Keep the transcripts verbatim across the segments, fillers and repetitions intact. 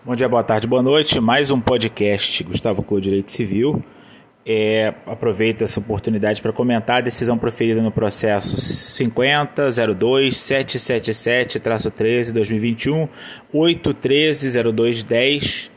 Bom dia, boa tarde, boa noite. Mais um podcast Gustavo Clô Direito Civil. É, aproveito essa oportunidade para comentar a decisão proferida no processo cinquenta zero dois sete sete sete treze dois mil e vinte e um oito treze zero dois dez,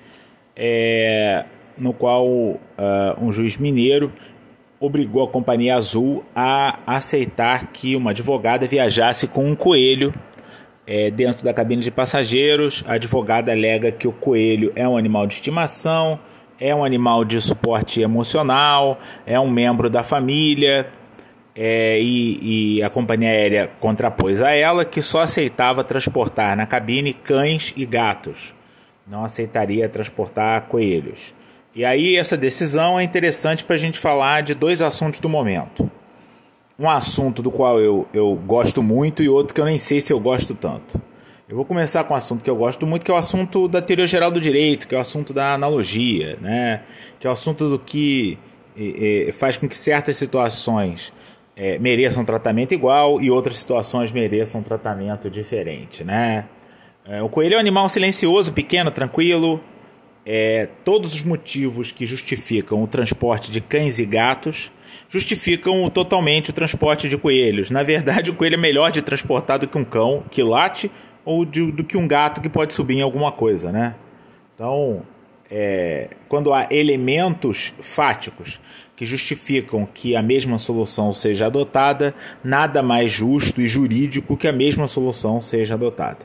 é, no qual uh, um juiz mineiro obrigou a Companhia Azul a aceitar que uma advogada viajasse com um coelho É, dentro da cabine de passageiros. A advogada alega que o coelho é um animal de estimação, é um animal de suporte emocional, é um membro da família, é, e, e a companhia aérea contrapôs a ela que só aceitava transportar na cabine cães e gatos, não aceitaria transportar coelhos. E aí essa decisão é interessante para a gente falar de dois assuntos do momento. Um assunto do qual eu, eu gosto muito e outro que eu nem sei se eu gosto tanto. Eu vou começar com um assunto que eu gosto muito, que é o assunto da teoria geral do direito, que é o assunto da analogia, né? Que é o assunto do que é, é, faz com que certas situações é, mereçam tratamento igual e outras situações mereçam tratamento diferente, né? É, o coelho é um animal silencioso, pequeno, tranquilo. É, todos os motivos que justificam o transporte de cães e gatos justificam totalmente o transporte de coelhos. Na verdade, o coelho é melhor de transportar do que um cão que late ou de, do que um gato que pode subir em alguma coisa, né? Então, é, quando há elementos fáticos que justificam que a mesma solução seja adotada, nada mais justo e jurídico que a mesma solução seja adotada.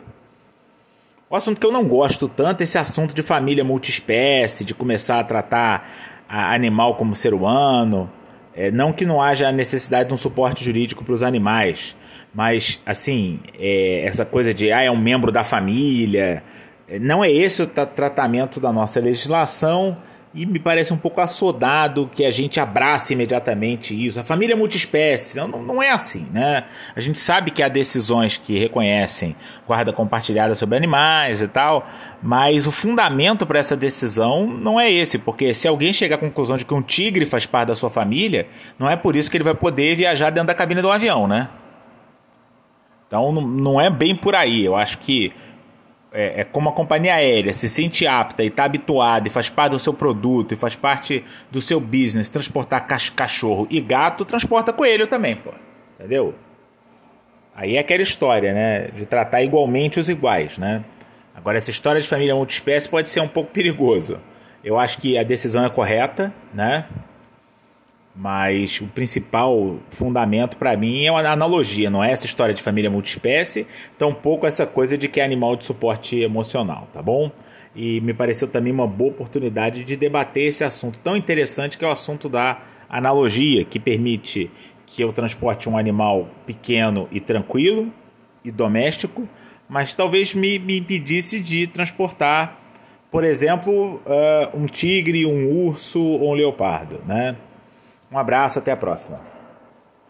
O assunto que eu não gosto tanto é esse assunto de família multiespécie, de começar a tratar a animal como ser humano. É, não que não haja a necessidade de um suporte jurídico para os animais, mas assim, é, essa coisa de ah, é um membro da família, não é esse o tra- tratamento da nossa legislação. E me parece um pouco assodado que a gente abrace imediatamente isso. A família multiespécie, não, não é assim, né? A gente sabe que há decisões que reconhecem guarda compartilhada sobre animais e tal, mas o fundamento para essa decisão não é esse, porque se alguém chegar à conclusão de que um tigre faz parte da sua família, não é por isso que ele vai poder viajar dentro da cabine do avião, né? Então não, não é bem por aí. Eu acho que É, é como a companhia aérea se sente apta e está habituada e faz parte do seu produto e faz parte do seu business transportar cachorro e gato, transporta coelho também, pô. Entendeu? Aí é aquela história, né? De tratar igualmente os iguais, né? Agora, essa história de família multiespécie pode ser um pouco perigoso. Eu acho que a decisão é correta, né? Mas o principal fundamento para mim é uma analogia, não é essa história de família multiespécie, tampouco essa coisa de que é animal de suporte emocional, tá bom? E me pareceu também uma boa oportunidade de debater esse assunto tão interessante que é o assunto da analogia, que permite que eu transporte um animal pequeno e tranquilo e doméstico, mas talvez me, me impedisse de transportar, por exemplo, uh, um tigre, um urso ou um leopardo, né? Um abraço, até a próxima.